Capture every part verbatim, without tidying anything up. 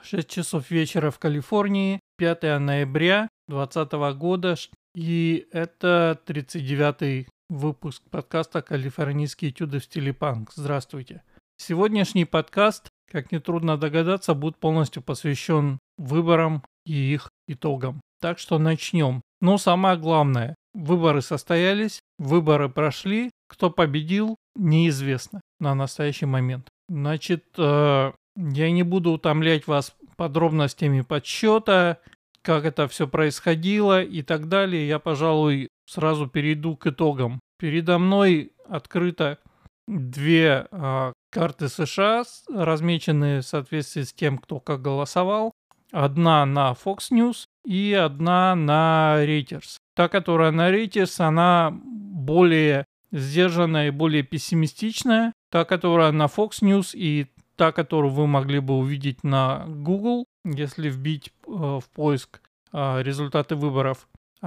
шесть часов вечера в Калифорнии, пятое ноября двадцатого года, и это тридцать девятый выпуск подкаста «Калифорнийские этюды в стиле панк». Здравствуйте. Сегодняшний подкаст, как нетрудно догадаться, будет полностью посвящен выборам и их итогам. Так что начнем. Но самое главное, выборы состоялись, выборы прошли, кто победил, неизвестно на настоящий момент. Значит, э, я не буду утомлять вас подробностями подсчета, как это все происходило и так далее. Я, пожалуй, сразу перейду к итогам. Передо мной открыто две э, карты США, размеченные в соответствии с тем, кто как голосовал. Одна на Fox News и одна на Reuters. Та, которая на Reuters, она более сдержанная и более пессимистичная. Та, которая на Fox News и та, которую вы могли бы увидеть на Google, если вбить э, в поиск э, результаты выборов,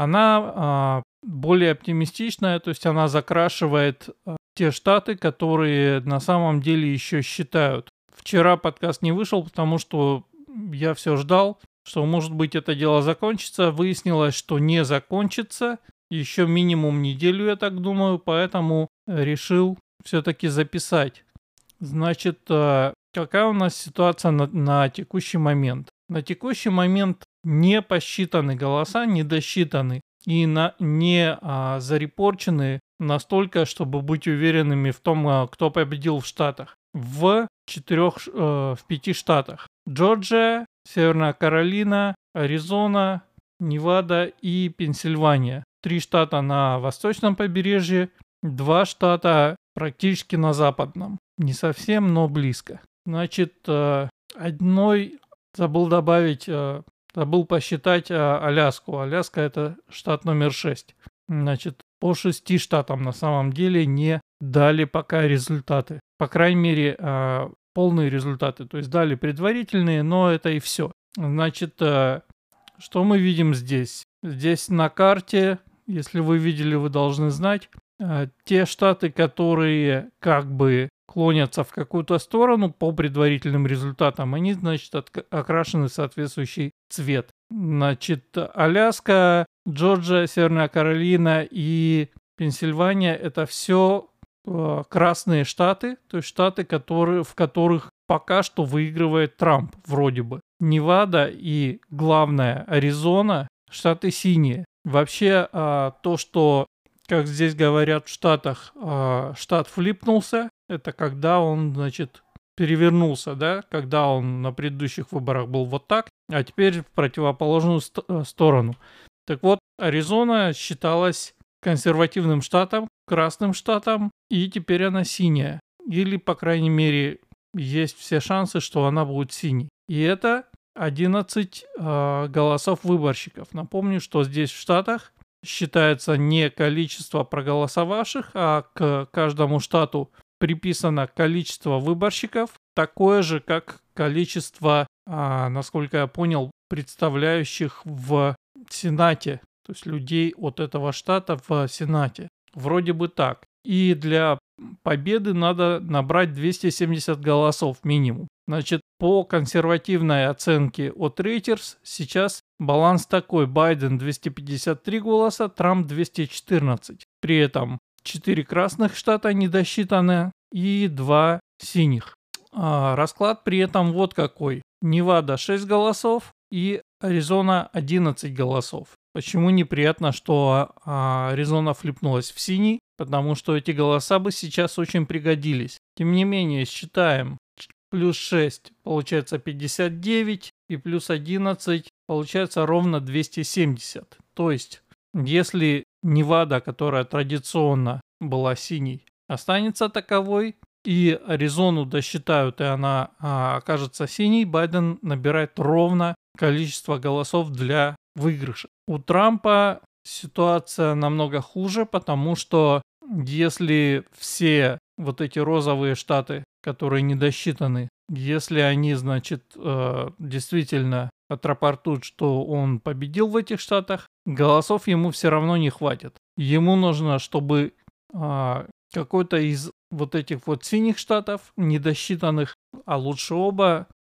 она э, более оптимистичная, то есть она закрашивает э, те штаты, которые на самом деле еще считают. Вчера подкаст не вышел, потому что я все ждал, что, может быть, это дело закончится. Выяснилось, что не закончится. Еще минимум неделю, я так думаю, поэтому решил все-таки записать. Значит, какая у нас ситуация на, на текущий момент? На текущий момент не посчитаны голоса, не досчитаны и на, не а, зарепорчены настолько, чтобы быть уверенными в том, а, кто победил в штатах. В четырех, э, в пяти штатах. Джорджия, Северная Каролина, Аризона, Невада и Пенсильвания. Три штата на восточном побережье, два штата практически на западном. Не совсем, но близко. Значит, одной забыл добавить, забыл посчитать Аляску. Аляска — это штат номер шесть. Значит, по шести штатам на самом деле не дали пока результаты. По крайней мере, полные результаты. То есть дали предварительные, но это и все. Значит, что мы видим здесь? Здесь на карте, если вы видели, вы должны знать, те штаты, которые как бы клонятся в какую-то сторону по предварительным результатам, они, значит, окрашены в соответствующий цвет. Значит, Аляска, Джорджия, Северная Каролина и Пенсильвания — это все э, красные штаты, то есть штаты, которые, в которых пока что выигрывает Трамп, вроде бы. Невада и, главное, Аризона — штаты синие. Вообще, э, то, что, как здесь говорят в Штатах, э, штат флипнулся, это когда он, значит, перевернулся, да, когда он на предыдущих выборах был вот так, а теперь в противоположную ст- сторону. Так вот, Аризона считалась консервативным штатом, красным штатом, и теперь она синяя. Или, по крайней мере, есть все шансы, что она будет синей. И это одиннадцать э, голосов выборщиков. Напомню, что здесь в Штатах считается не количество проголосовавших, а к каждому штату приписано количество выборщиков, такое же, как количество, э, насколько я понял, представляющих в Сенате, то есть людей от этого штата в Сенате. Вроде бы так. И для победы надо набрать двести семьдесят голосов минимум. Значит, по консервативной оценке от Reuters сейчас баланс такой: Байден двести пятьдесят три голоса, Трамп двести четырнадцать. При этом четыре красных штата недосчитаны и два синих. А расклад при этом вот какой: Невада шесть голосов и Аризона одиннадцать голосов. Почему неприятно, что Аризона флипнулась в синий? Потому что эти голоса бы сейчас очень пригодились. Тем не менее, считаем. Плюс шесть получается пятьдесят девять, и плюс одиннадцать получается ровно двести семьдесят. То есть, если Невада, которая традиционно была синей, останется таковой, и Аризону досчитают, и она а, окажется синей, Байден набирает ровно количество голосов для выигрыша. У Трампа ситуация намного хуже, потому что если все вот эти розовые штаты, которые не досчитаны, если они, значит, э, действительно отрапортуют, что он победил в этих штатах, голосов ему все равно не хватит. Ему нужно, чтобы э, какой-то из вот этих вот синих штатов, недосчитанных, а лучше оба,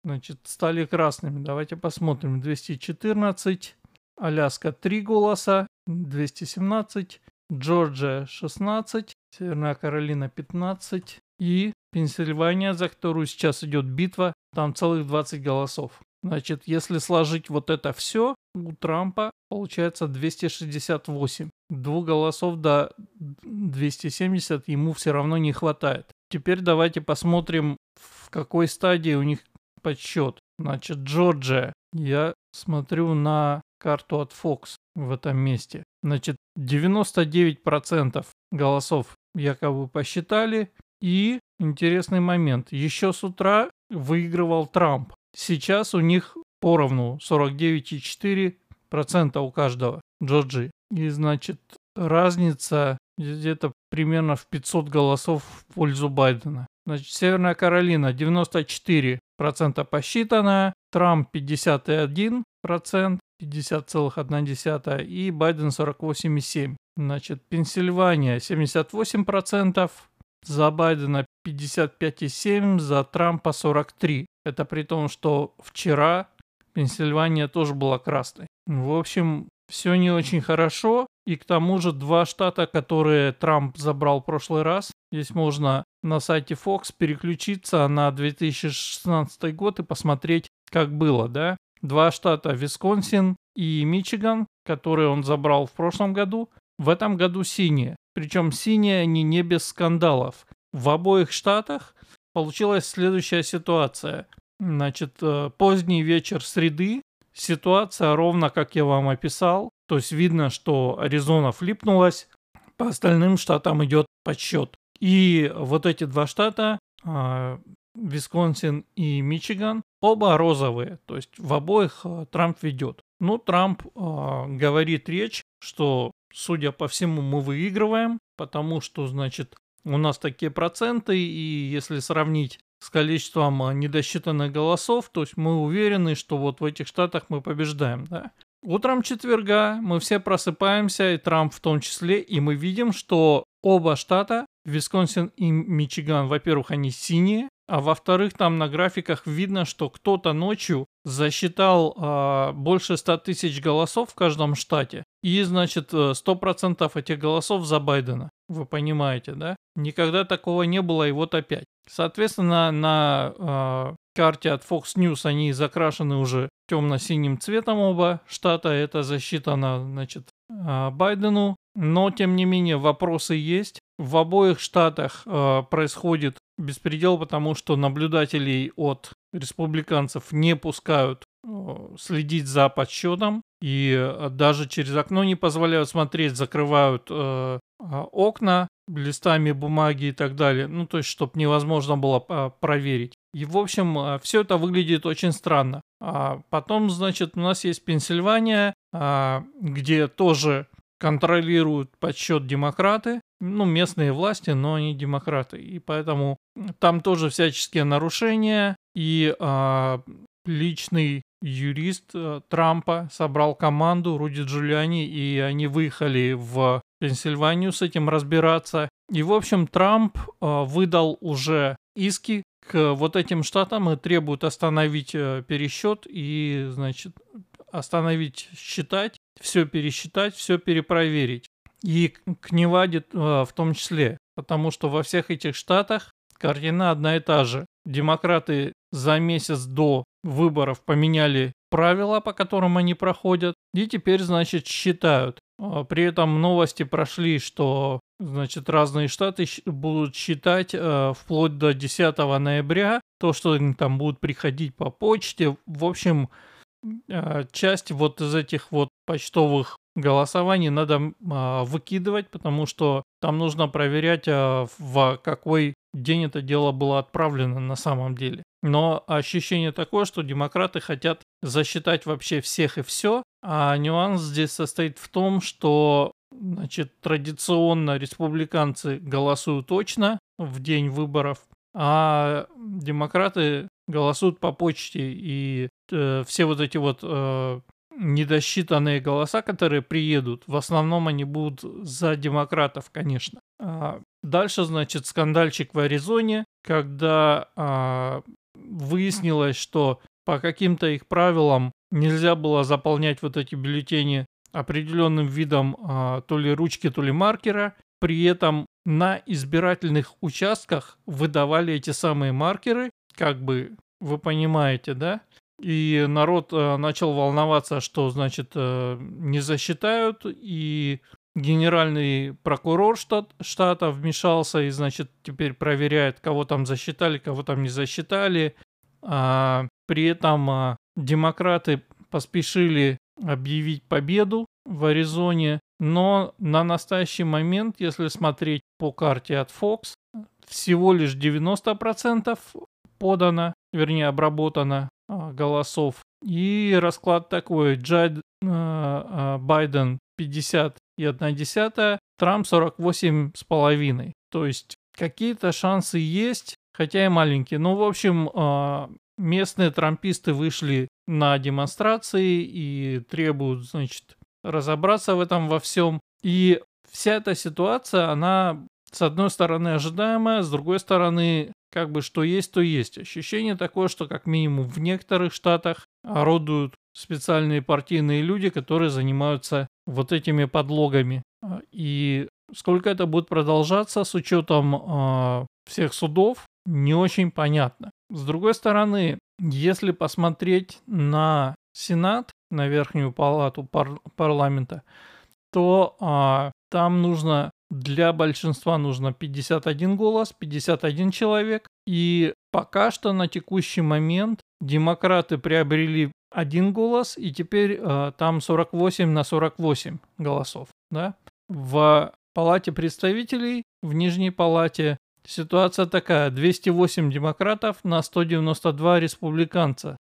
значит, стали красными. Давайте посмотрим. двести четырнадцать, Аляска три голоса, двести семнадцать, Джорджия шестнадцать, Северная Каролина пятнадцать и Пенсильвания, за которую сейчас идет битва, там целых двадцать голосов. Значит, если сложить вот это все, у Трампа получается двести шестьдесят восемь. Двух голосов до двухсот семидесяти ему все равно не хватает. Теперь давайте посмотрим, в какой стадии у них подсчет. Значит, Джорджия. Я смотрю на карту от Fox в этом месте. Значит, девяносто девять процентов голосов якобы посчитали. И интересный момент. Еще с утра выигрывал Трамп. Сейчас у них поровну сорок девять целых четыре десятых процента у каждого Джорджии. И значит, разница где-то примерно в пятьсот голосов в пользу Байдена. Значит, Северная Каролина девяносто четыре процента посчитана, Трамп пятьдесят один процент, пятьдесят целых одна десятая, и Байден сорок восемь целых семь десятых. Значит, Пенсильвания семьдесят восемь процентов, за Байдена пятьдесят пять целых семь десятых, за Трампа сорок три. Это при том, что вчера Пенсильвания тоже была красной. В общем, все не очень хорошо. И к тому же два штата, которые Трамп забрал в прошлый раз. Здесь можно на сайте Fox переключиться на две тысячи шестнадцатый год и посмотреть, как было, да. Два штата Висконсин и Мичиган, которые он забрал в прошлом году. В этом году синие. Причем синие они не без скандалов. В обоих штатах получилась следующая ситуация. Значит, поздний вечер среды. Ситуация ровно как я вам описал. То есть видно, что Аризона флипнулась. По остальным штатам идет подсчет. И вот эти два штата, Висконсин и Мичиган, оба розовые. То есть в обоих Трамп ведет. Ну, Трамп говорит речь, что, судя по всему, мы выигрываем. Потому что, значит, у нас такие проценты. И если сравнить с количеством недосчитанных голосов, то есть мы уверены, что вот в этих штатах мы побеждаем, да. Утром четверга мы все просыпаемся, и Трамп в том числе, и мы видим, что оба штата, Висконсин и Мичиган, во-первых, они синие, а во-вторых, там на графиках видно, что кто-то ночью засчитал э, больше ста тысяч голосов в каждом штате, и, значит, сто процентов этих голосов за Байдена. Вы понимаете, да? Никогда такого не было, и вот опять. Соответственно, на э, карте от Fox News они закрашены уже темно-синим цветом оба штата. Это засчитано, значит, э, Байдену. Но, тем не менее, вопросы есть. В обоих штатах э, происходит беспредел, потому что наблюдателей от республиканцев не пускают э, следить за подсчетом. И э, даже через окно не позволяют смотреть, закрывают э, окна листами бумаги и так далее. Ну, то есть, чтобы невозможно было э, проверить. И, в общем, э, все это выглядит очень странно. А потом, значит, у нас есть Пенсильвания, э, где тоже контролируют подсчет демократы. Ну, местные власти, но они демократы. И поэтому там тоже всяческие нарушения. И э, личный юрист э, Трампа собрал команду Руди Джулиани, и они выехали в Пенсильванию с этим разбираться. И, в общем, Трамп э, выдал уже иски к вот этим штатам и требует остановить э, пересчет и, значит, остановить считать, все пересчитать, все перепроверить. И к Неваде э, в том числе, потому что во всех этих штатах картина одна и та же. Демократы за месяц до выборов поменяли правила, по которым они проходят, и теперь, значит, считают. При этом новости прошли, что, значит, разные штаты будут считать э, вплоть до десятого ноября, то, что им там будут приходить по почте. В общем, э, часть вот из этих вот почтовых голосований надо э, выкидывать, потому что там нужно проверять, э, в какой день это дело было отправлено на самом деле. Но ощущение такое, что демократы хотят засчитать вообще всех и все, а нюанс здесь состоит в том, что, значит, традиционно республиканцы голосуют точно в день выборов, а демократы голосуют по почте, и э, все вот эти вот э, недосчитанные голоса, которые приедут, в основном они будут за демократов, конечно. А дальше, значит, скандальчик в Аризоне, когда а, выяснилось, что по каким-то их правилам нельзя было заполнять вот эти бюллетени определенным видом а, то ли ручки, то ли маркера. При этом на избирательных участках выдавали эти самые маркеры, как бы вы понимаете, да? И народ а, начал волноваться, что, значит, а, не засчитают, и генеральный прокурор штат, штата вмешался и, значит, теперь проверяет, кого там засчитали, кого там не засчитали. А, при этом а, демократы поспешили объявить победу в Аризоне, но на настоящий момент, если смотреть по карте от Fox, всего лишь девяносто процентов подано, вернее обработано а, голосов. И расклад такой: Джай, а, а, Байден пятьдесят и одна десятая, Трамп сорок восемь с половиной. То есть какие-то шансы есть, хотя и маленькие. Ну, в общем, а, местные трамписты вышли на демонстрации и требуют, значит, разобраться в этом во всем. И вся эта ситуация, она, с одной стороны, ожидаемая, с другой стороны, как бы что есть, то есть. Ощущение такое, что как минимум в некоторых штатах орудуют специальные партийные люди, которые занимаются вот этими подлогами. И сколько это будет продолжаться с учетом э, всех судов, не очень понятно. С другой стороны, если посмотреть на Сенат, на Верхнюю палату пар- парламента, то а, там нужно, для большинства нужно пятьдесят один голос, пятьдесят один человек. И пока что на текущий момент демократы приобрели один голос, и теперь а, там сорок восемь на сорок восемь голосов. Да? В Палате представителей, в Нижней палате, ситуация такая: двести восемь демократов на сто девяносто два республиканца.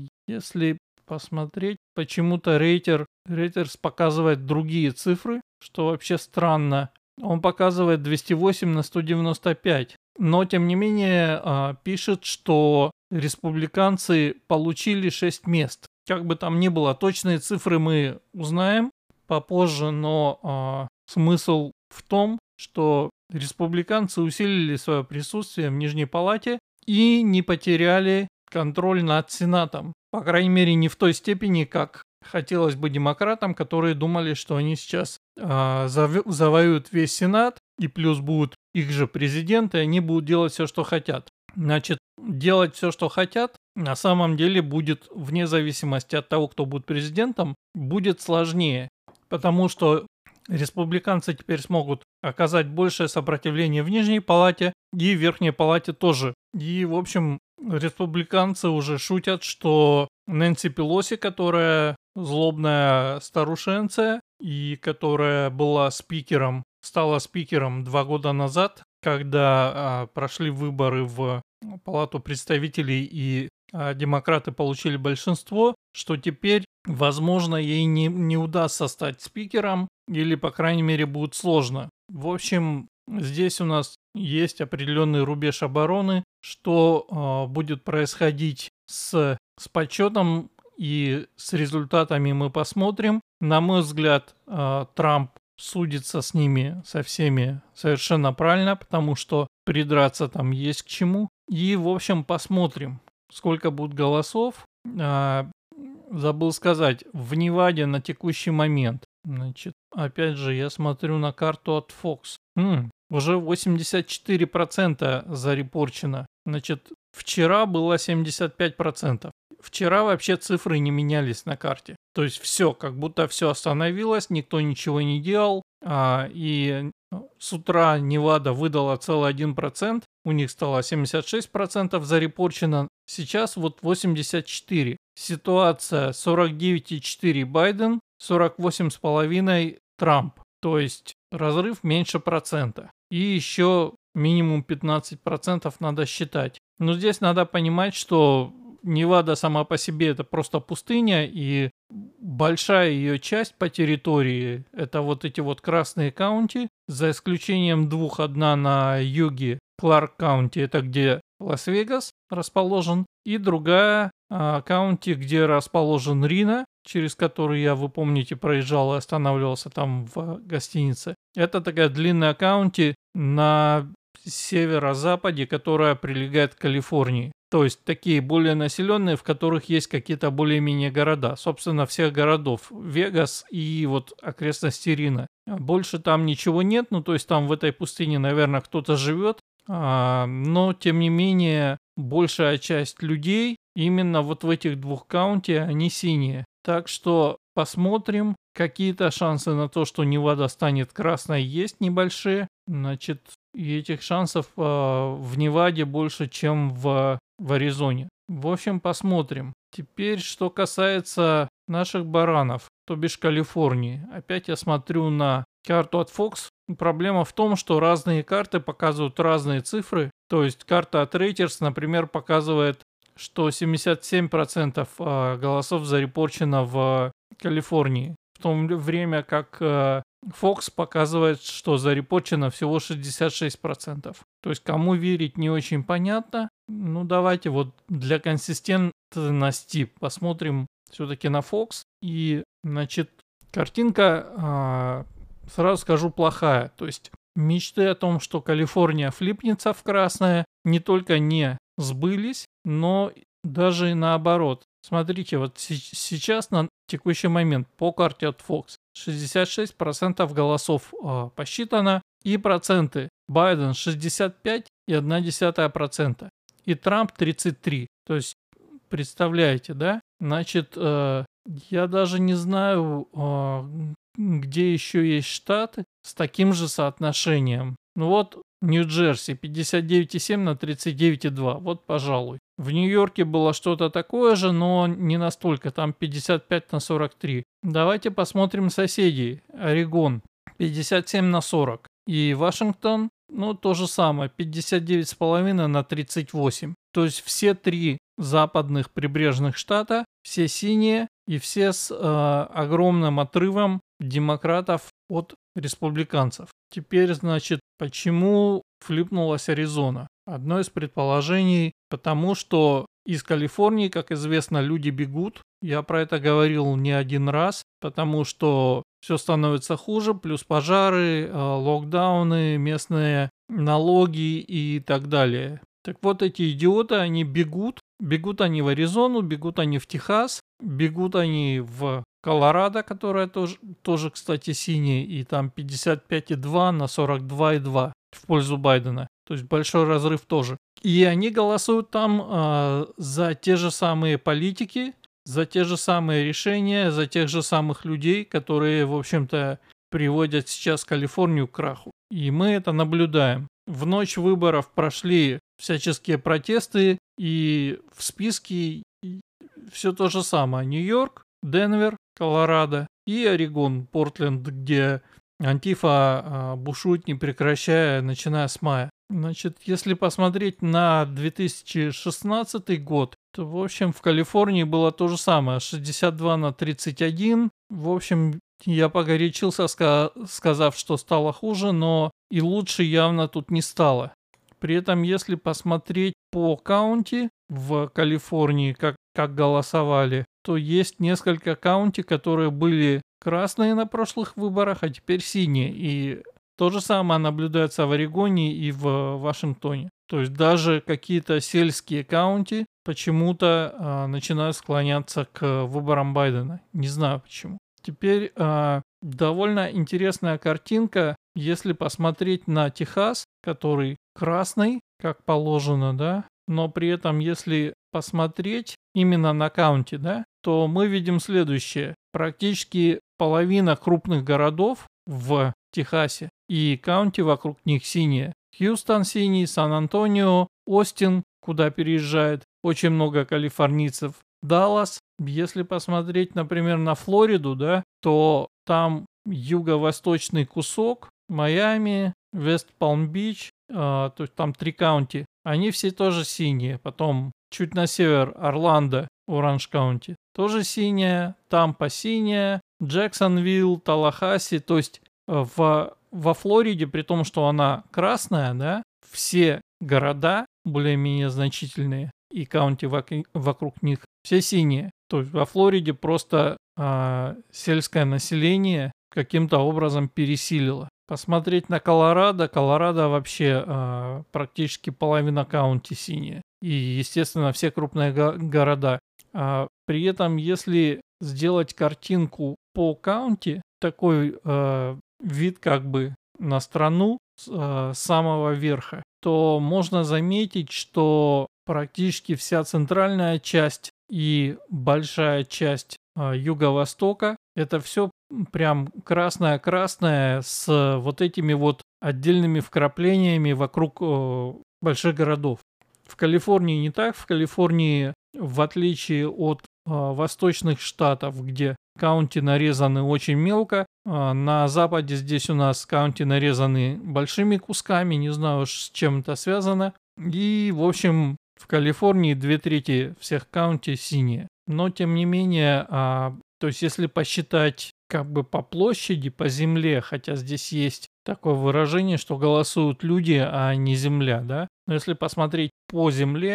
Если посмотреть, почему-то Рейтер, Рейтерс показывает другие цифры, что вообще странно. Он показывает двести восемь на сто девяносто пять. Но, тем не менее, пишет, что республиканцы получили шесть мест. Как бы там ни было, точные цифры мы узнаем попозже, но смысл в том, что республиканцы усилили свое присутствие в Нижней палате и не потеряли контроль над Сенатом. По крайней мере, не в той степени, как хотелось бы демократам, которые думали, что они сейчас э, зав- завоюют весь Сенат, и плюс будут их же президенты, и они будут делать все, что хотят. Значит, делать все, что хотят, на самом деле будет, вне зависимости от того, кто будет президентом, будет сложнее. Потому что республиканцы теперь смогут оказать большее сопротивление в Нижней палате и в Верхней палате тоже. И, в общем, республиканцы уже шутят, что Нэнси Пелоси, которая злобная старушенция и которая была спикером, стала спикером два года назад, когда а, прошли выборы в Палату представителей и а, демократы получили большинство, что теперь, возможно, ей не, не удастся стать спикером, или, по крайней мере, будет сложно. В общем, здесь у нас есть определенный рубеж обороны, что э, будет происходить с, с подсчетом и с результатами мы посмотрим. На мой взгляд, э, Трамп судится с ними, со всеми совершенно правильно, потому что придраться там есть к чему. И, в общем, посмотрим, сколько будет голосов. Э, забыл сказать, в Неваде на текущий момент, значит, опять же, я смотрю на карту от Fox. М, уже восемьдесят четыре процента зарепорчено. Значит, вчера было семьдесят пять процентов. Вчера вообще цифры не менялись на карте. То есть все, как будто все остановилось, никто ничего не делал. А, и с утра Невада выдала целый один процент. У них стало семьдесят шесть процентов зарепорчено. Сейчас вот восемьдесят четыре процента. Ситуация сорок девять и четыре процента Байден, сорок восемь и пять процентов Трамп. То есть разрыв меньше процента. И еще минимум пятнадцать процентов надо считать. Но здесь надо понимать, что Невада сама по себе это просто пустыня, и большая ее часть по территории это вот эти вот красные каунти, за исключением двух. Одна на юге, Кларк каунти, это где Лас-Вегас расположен, и другая а, каунти, где расположен Рино, через который я, вы помните, проезжал и останавливался там в гостинице. Это такая длинная каунти на северо-западе, которая прилегает к Калифорнии. То есть такие более населенные, в которых есть какие-то более-менее города. Собственно, всех городов. Вегас и вот окрестности Рино. Больше там ничего нет. Ну, то есть там в этой пустыне, наверное, кто-то живет. А, но, тем не менее, большая часть людей именно вот в этих двух каунти, они синие. Так что посмотрим. Какие-то шансы на то, что Невада станет красной, есть небольшие. Значит, и этих шансов э, в Неваде больше, чем в, в Аризоне. В общем, посмотрим. Теперь, что касается наших баранов, то бишь Калифорнии. Опять я смотрю на карту от Fox. Проблема в том, что разные карты показывают разные цифры. То есть карта от Reuters, например, показывает, что семьдесят семь процентов голосов зарепорчено в Калифорнии. В то время как э, Fox показывает, что зарепорчено всего шестьдесят шесть процентов. То есть кому верить не очень понятно. Ну давайте вот для консистентности посмотрим все-таки на Fox. И значит картинка, э, сразу скажу, плохая. То есть мечты о том, что Калифорния флипнется в красное, не только не сбылись, но даже и наоборот. Смотрите, вот сейчас на текущий момент по карте от Fox шестьдесят шесть процентов голосов э, посчитано, и проценты: Байден шестьдесят пять и одна десятая процента, и Трамп тридцать три. То есть, представляете, да? Значит, э, я даже не знаю, э, где еще есть штаты с таким же соотношением. Ну вот, Нью-Джерси пятьдесят девять и семь на тридцать девять и два. Вот, пожалуй. В Нью-Йорке было что-то такое же, но не настолько. Там пятьдесят пять на сорок три. Давайте посмотрим соседей. Орегон пятьдесят семь на сорок. И Вашингтон, ну, то же самое. пятьдесят девять и пять на тридцать восемь. То есть все три западных прибрежных штата, все синие и все с э, огромным отрывом демократов от республиканцев. Теперь, значит, почему флипнулась Аризона? Одно из предположений, потому что из Калифорнии, как известно, люди бегут. Я про это говорил не один раз, потому что все становится хуже, плюс пожары, локдауны, местные налоги и так далее. Так вот, эти идиоты, они бегут. Бегут они в Аризону, бегут они в Техас, бегут они в Колорадо, которая тоже, тоже, кстати, синяя, и там пятьдесят пять и два на сорок два и два в пользу Байдена. То есть большой разрыв тоже. И они голосуют там э, за те же самые политики, за те же самые решения, за тех же самых людей, которые, в общем-то, приводят сейчас Калифорнию к краху. И мы это наблюдаем. В ночь выборов прошли всяческие протесты, и в списке все то же самое. Нью-Йорк, Денвер, Колорадо и Орегон, Портленд, где Антифа бушует, не прекращая, начиная с мая. Значит, если посмотреть на две тысячи шестнадцатый год, то, в общем, в Калифорнии было то же самое. шестьдесят два на тридцать один. В общем, я погорячился, сказав, что стало хуже, но и лучше явно тут не стало. При этом, если посмотреть по каунти в Калифорнии, как, как голосовали, то есть несколько каунти, которые были красные на прошлых выборах, а теперь синие. И то же самое наблюдается в Орегоне и в Вашингтоне. То есть даже какие-то сельские каунти почему-то э, начинают склоняться к выборам Байдена. Не знаю почему. Теперь э, довольно интересная картинка, если посмотреть на Техас, который красный, как положено, да, но при этом, если посмотреть именно на каунти, да, то мы видим следующее. Практически половина крупных городов в Техасе и каунти вокруг них синие. Хьюстон синий, Сан-Антонио, Остин, куда переезжает очень много калифорнийцев. Даллас, если посмотреть, например, на Флориду, да, то там юго-восточный кусок, Майами, Вест-Палм-Бич, э, то есть там три каунти, они все тоже синие. Потом чуть на север Орландо, Оранж-каунти, тоже синяя, Тампа синяя, Джексонвилл, Таллахасси, то есть э, в, во Флориде, при том, что она красная, да, все города более-менее значительные и каунти вок- вокруг них все синие. То есть во Флориде просто э, сельское население каким-то образом пересилило. Посмотреть на Колорадо. Колорадо вообще э, практически половина каунти синяя. и, естественно, все крупные го- города. А при этом, если сделать картинку по каунти, такой э, вид как бы на страну с э, самого верха, то можно заметить, что практически вся центральная часть и большая часть э, юго-востока — это все прям красное-красное с вот этими вот отдельными вкраплениями вокруг э, больших городов. В Калифорнии не так. В Калифорнии, в отличие от э, восточных штатов, где каунти нарезаны очень мелко, э, на западе здесь у нас каунти нарезаны большими кусками, не знаю уж, с чем это связано. И, в общем, в Калифорнии две трети всех каунти синие. Но, тем не менее, а, то есть если посчитать как бы по площади, по земле, хотя здесь есть такое выражение, что голосуют люди, а не земля, да. Но если посмотреть по земле,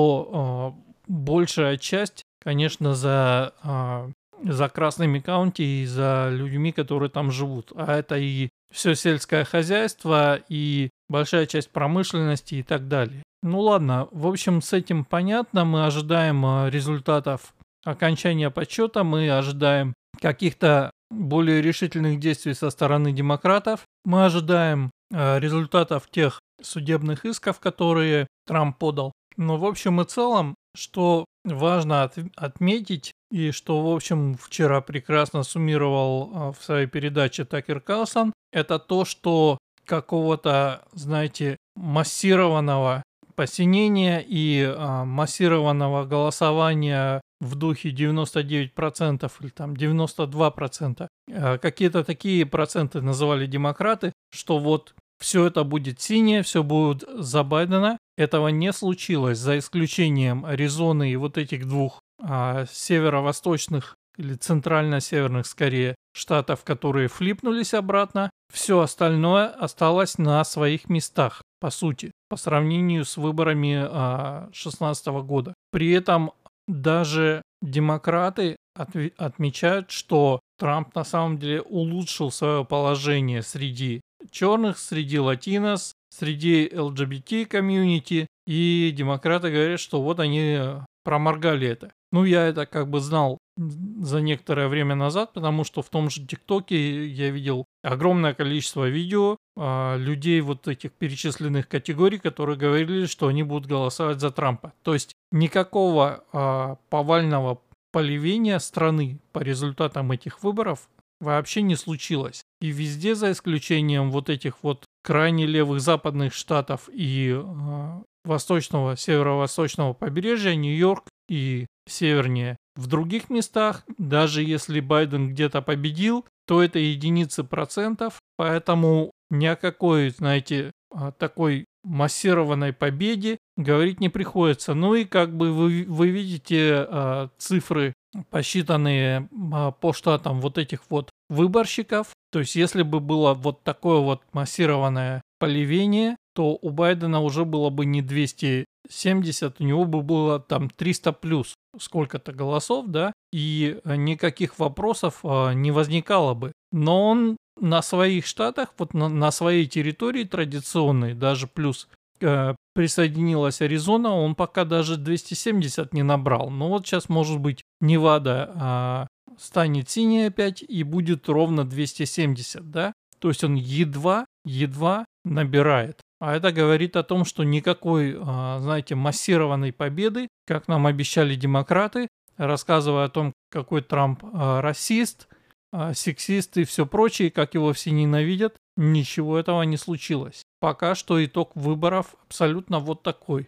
то э, большая часть, конечно, за, э, за красными каунти и за людьми, которые там живут. А это и все сельское хозяйство, и большая часть промышленности и так далее. Ну ладно, в общем, с этим понятно. Мы ожидаем э, результатов окончания подсчета, мы ожидаем каких-то более решительных действий со стороны демократов. Мы ожидаем э, результатов тех судебных исков, которые Трамп подал. Но в общем и целом, что важно от, отметить, и что, в общем, вчера прекрасно суммировал э, в своей передаче Такер Карлсон, это то, что какого-то, знаете, массированного посинения и э, массированного голосования в духе девяносто девять процентов или там девяносто два процента. Э, какие-то такие проценты называли демократы, что вот все это будет синее, все будет за Байдена. Этого не случилось, за исключением Аризоны и вот этих двух э, северо-восточных или центрально-северных, скорее, штатов, которые флипнулись обратно. Все остальное осталось на своих местах, по сути, по сравнению с выборами две тысячи шестнадцатого года. При этом даже демократы отв- отмечают, что Трамп на самом деле улучшил свое положение среди черных, среди латинос, среди эл джи би ти комьюнити, и демократы говорят, что вот они проморгали это. Ну, я это как бы знал за некоторое время назад, потому что в том же ТикТоке я видел огромное количество видео а, людей вот этих перечисленных категорий, которые говорили, что они будут голосовать за Трампа. То есть никакого а, повального поливения страны по результатам этих выборов вообще не случилось. И везде, за исключением вот этих вот крайне левых западных штатов и э, восточного, северо-восточного побережья, Нью-Йорк и севернее. В других местах, даже если Байден где-то победил, то это единицы процентов, поэтому ни о какой, знаете, такой массированной победе говорить не приходится. Ну и как бы вы, вы видите э, цифры, посчитанные э, по штатам вот этих вот выборщиков. То есть если бы было вот такое вот массированное поливение, то у Байдена уже было бы не двести семьдесят, у него бы было там триста плюс сколько-то голосов, да, и никаких вопросов э, не возникало бы. Но он на своих штатах, вот на, на своей территории традиционной, даже плюс э, присоединилась Аризона, он пока даже двести семьдесят не набрал. Но вот сейчас, может быть, Невада а, станет синий опять и будет ровно двести семьдесят, да? То есть он едва, едва набирает. А это говорит о том, что никакой, а, знаете, массированной победы, как нам обещали демократы, рассказывая о том, какой Трамп а, расист, а, сексист и все прочее, как его все ненавидят, ничего этого не случилось. Пока что итог выборов абсолютно вот такой.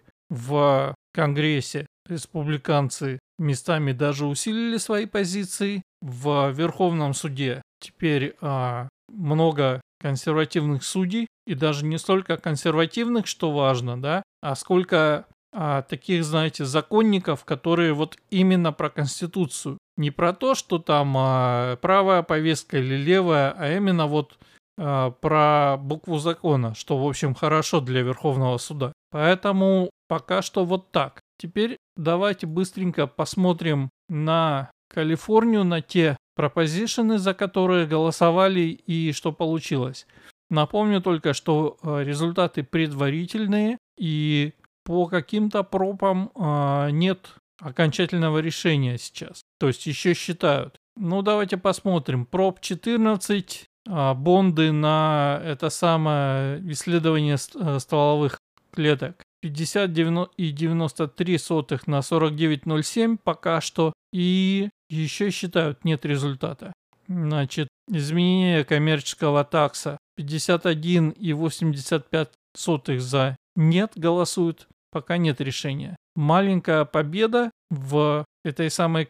В Конгрессе республиканцы местами даже усилили свои позиции. В Верховном суде теперь а, много консервативных судей, и даже не столько консервативных, что важно, да, а сколько а, таких, знаете, законников, которые вот именно про Конституцию. Не про то, что там а, правая повестка или левая, а именно вот а, про букву закона, что, в общем, хорошо для Верховного суда. Поэтому пока что вот так. Теперь давайте быстренько посмотрим на Калифорнию, на те пропозишены, за которые голосовали и что получилось. Напомню только, что результаты предварительные, и по каким-то пропам а, нет окончательного решения сейчас. То есть еще считают. Ну, давайте посмотрим. Проб четырнадцать, а, бонды на это самое исследование стволовых клеток. пятьдесят и девяносто три сотых на сорок девять ноль семь пока что. И еще считают, нет результата. Значит, изменение коммерческого такса пятьдесят один и восемьдесят пять сотых за нет голосуют, пока нет решения. Маленькая победа в этой самой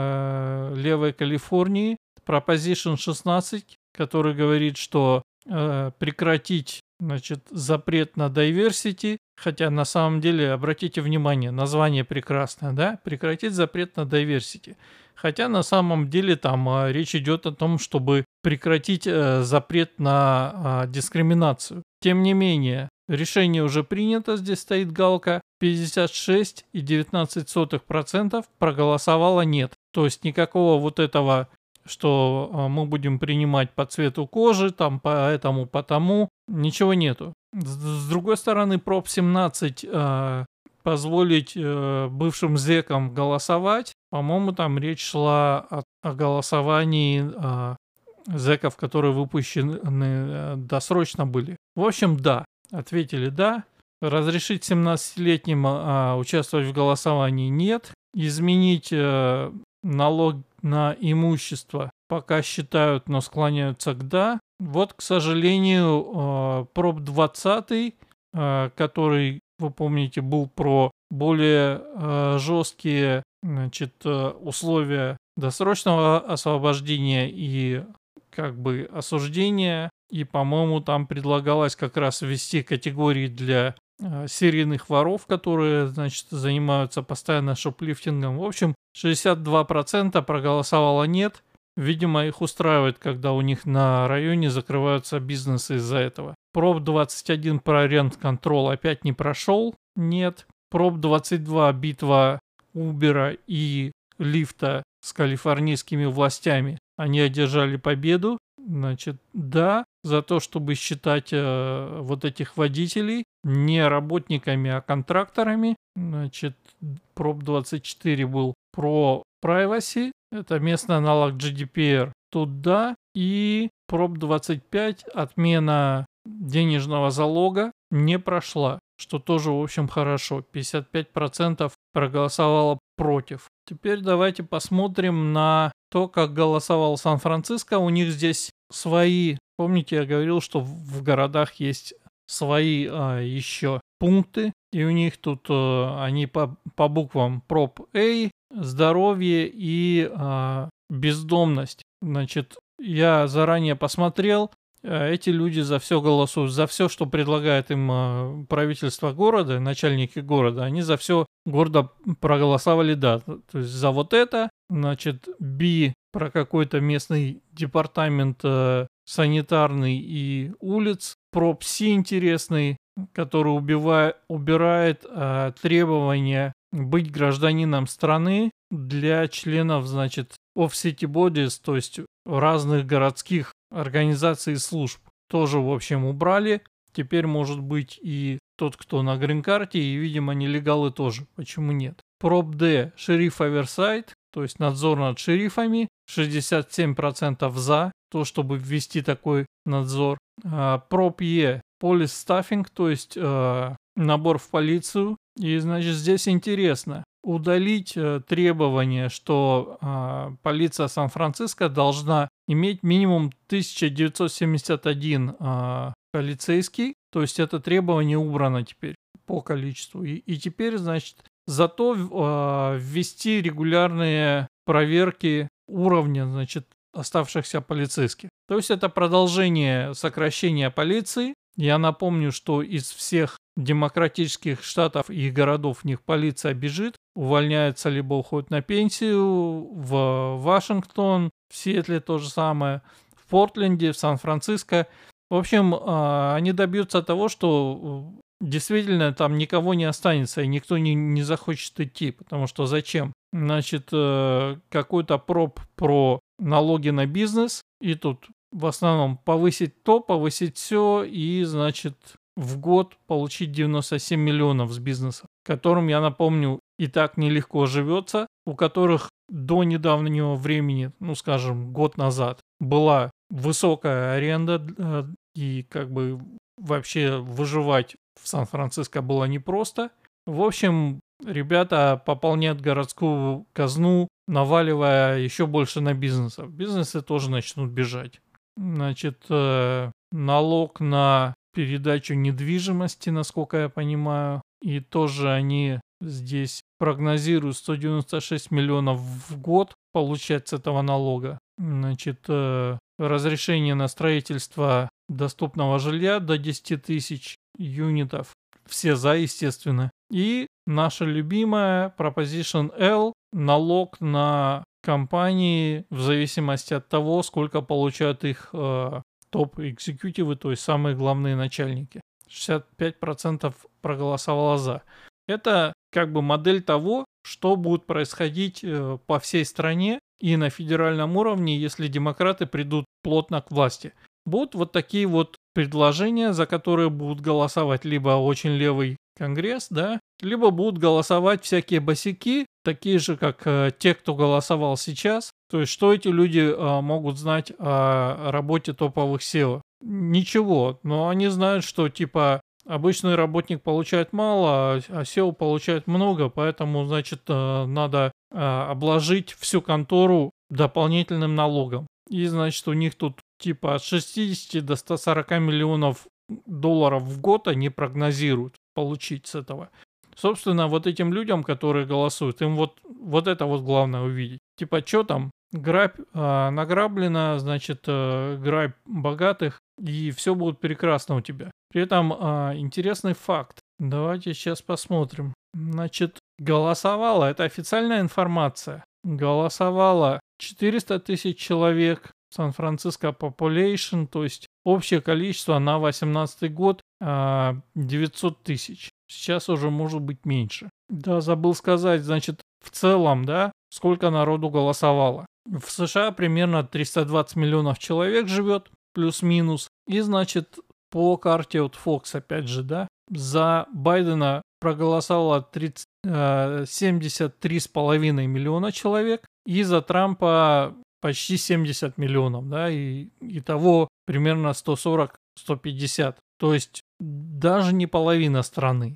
э, левой Калифорнии. Proposition шестнадцать, который говорит, что э, прекратить, значит, запрет на diversity, хотя на самом деле, обратите внимание, название прекрасное, да, прекратить запрет на diversity. Хотя на самом деле там а, речь идет о том, чтобы прекратить э, запрет на а, дискриминацию. Тем не менее, решение уже принято, здесь стоит галка, пятьдесят шесть и девятнадцать сотых процентов проголосовало нет. То есть никакого вот этого, что а, мы будем принимать по цвету кожи, там по этому, по тому, ничего нету. С, с другой стороны, проб семнадцать э, позволить э, бывшим зэкам голосовать, по-моему, там речь шла о, о голосовании э, зэков, которые выпущены э, досрочно были. В общем, да, ответили да. Разрешить семнадцатилетним э, участвовать в голосовании нет. Изменить э, налог на имущество пока считают, но склоняются к да. Вот, к сожалению, э, проб двадцать, э, который, вы помните, был про более э, жесткие, значит, э, условия досрочного освобождения и как бы осуждения. И, по-моему, там предлагалось как раз ввести категории для э, серийных воров, которые, значит, занимаются постоянно шоплифтингом. В общем, шестьдесят два процента проголосовало нет. Видимо, их устраивает, когда у них на районе закрываются бизнесы из-за этого. Проб двадцать один про рент-контрол опять не прошел. Нет. Проб двадцать два битва Uber и лифта с калифорнийскими властями. Они одержали победу. Значит, да, за то, чтобы считать э, вот этих водителей не работниками, а контракторами. Значит, проб двадцать четыре был про privacy. Это местный аналог джи ди пи ар. Тут да. И проб двадцать пять, отмена денежного залога, не прошла. Что тоже, в общем, хорошо. пятьдесят пять процентов проголосовало против. Теперь давайте посмотрим на то, как голосовал Сан-Франциско. У них здесь свои... Помните, я говорил, что в городах есть свои а, еще пункты. И у них тут а, они по, по буквам проб A, здоровье и а, бездомность. Значит, я заранее посмотрел, эти люди за все голосуют, за все, что предлагает им а, правительство города, начальники города, они за все гордо проголосовали да. То есть за вот это, значит, B про какой-то местный департамент а, санитарный и улиц, проб C интересный, который убивает, убирает а, требования быть гражданином страны для членов, значит, of city bodies, то есть разных городских организаций и служб. Тоже, в общем, убрали. Теперь может быть и тот, кто на грин-карте, и, видимо, нелегалы тоже. Почему нет? Проб D, шериф оверсайт, то есть надзор над шерифами. шестьдесят семь процентов за то, чтобы ввести такой надзор. Проб E, police staffing, то есть э, набор в полицию. И, значит, здесь интересно. Удалить э, требование, что э, полиция Сан-Франциско должна иметь минимум тысяча девятьсот семьдесят один э, полицейский. То есть это требование убрано теперь по количеству. И, и теперь, значит, зато э, ввести регулярные проверки уровня, значит, оставшихся полицейских. То есть это продолжение сокращения полиции. Я напомню, что из всех демократических штатов и городов в них полиция бежит, увольняется либо уходит на пенсию. В Вашингтон, в Сиэтле то же самое, в Портленде, в Сан-Франциско. В общем, они добьются того, что действительно там никого не останется и никто не, не захочет идти, потому что зачем? Значит, какой-то проб про налоги на бизнес, и тут в основном повысить то, повысить все, и, значит, в год получить девяносто семь миллионов с бизнеса, которым, я напомню, и так нелегко живется, у которых до недавнего времени, ну скажем, год назад, была высокая аренда, э, и как бы вообще выживать в Сан-Франциско было непросто. В общем, ребята пополняют городскую казну, наваливая еще больше на бизнесов. Бизнесы тоже начнут бежать. Значит, э, налог на передачу недвижимости, насколько я понимаю, и тоже они здесь прогнозируют сто девяносто шесть миллионов в год получать с этого налога. Значит, э, разрешение на строительство доступного жилья до десяти тысяч юнитов. Все за, естественно. И наша любимая Proposition L, налог на компании в зависимости от того, сколько получают их э, топ-экзекьютивы, то есть самые главные начальники. шестьдесят пять процентов проголосовало за. Это как бы модель того, что будет происходить э, по всей стране и на федеральном уровне, если демократы придут плотно к власти. Будут вот такие вот предложения, за которые будут голосовать либо очень левый конгресс, да, либо будут голосовать всякие босяки, такие же, как э, те, кто голосовал сейчас. То есть, что эти люди э, могут знать о работе топовых сео? Ничего, но они знают, что типа обычный работник получает мало, а сео получает много, поэтому, значит, э, надо э, обложить всю контору дополнительным налогом. И, значит, у них тут типа от шестидесяти до ста сорока миллионов долларов в год они прогнозируют получить с этого. Собственно, вот этим людям, которые голосуют, им вот, вот это вот главное увидеть. Типа, что там, грабь э, награблено, значит, э, грабь богатых, и все будет прекрасно у тебя. При этом э, интересный факт. Давайте сейчас посмотрим. Значит, голосовало, это официальная информация, голосовало четыреста тысяч человек, Сан-Франциско Population, то есть общее количество на восемнадцатый год э, девятьсот тысяч. Сейчас уже может быть меньше. Да, забыл сказать, значит, в целом, да, сколько народу голосовало. В США примерно триста двадцать миллионов человек живет, плюс-минус. И, значит, по карте от Fox, опять же, да, за Байдена проголосовало тридцать, э, семьдесят три с половиной миллиона человек, и за Трампа почти семьдесят миллионов, да, и итого примерно сто сорок - сто пятьдесят. То есть даже не половина страны,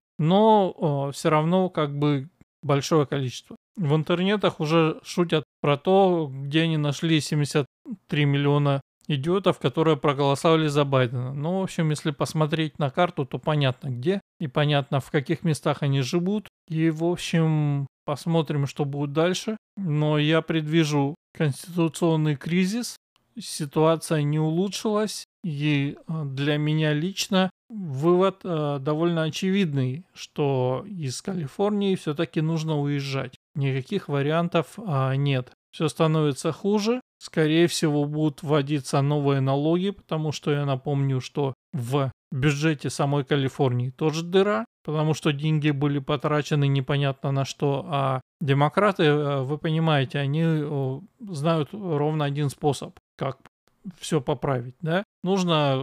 но э, все равно как бы большое количество. В интернетах уже шутят про то, где они нашли семьдесят три миллиона идиотов, которые проголосовали за Байдена. Ну, в общем, если посмотреть на карту, то понятно где, и понятно в каких местах они живут. И, в общем, посмотрим, что будет дальше. Но я предвижу конституционный кризис. Ситуация не улучшилась. И для меня лично вывод э, довольно очевидный, что из Калифорнии все-таки нужно уезжать. Никаких вариантов э, нет. Все становится хуже. Скорее всего, будут вводиться новые налоги, потому что я напомню, что в бюджете самой Калифорнии тоже дыра, потому что деньги были потрачены непонятно на что, а демократы, вы понимаете, они знают ровно один способ, как все поправить, да? Нужно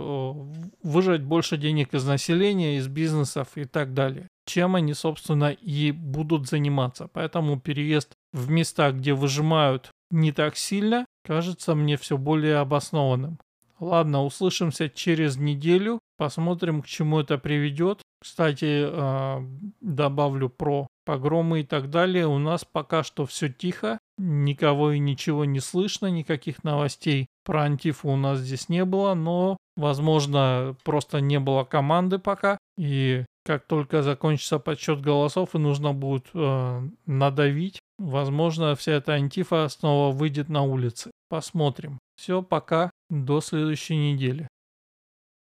выжать больше денег из населения, из бизнесов и так далее, чем они, собственно, и будут заниматься. Поэтому переезд в места, где выжимают не так сильно, кажется мне все более обоснованным. Ладно, услышимся через неделю, посмотрим, к чему это приведет. Кстати, э, добавлю про погромы и так далее. У нас пока что все тихо, никого и ничего не слышно, никаких новостей про Антифу у нас здесь не было, но, возможно, просто не было команды пока. И как только закончится подсчет голосов и нужно будет э, надавить, возможно, вся эта Антифа снова выйдет на улицы. Посмотрим. Все, пока, до следующей недели.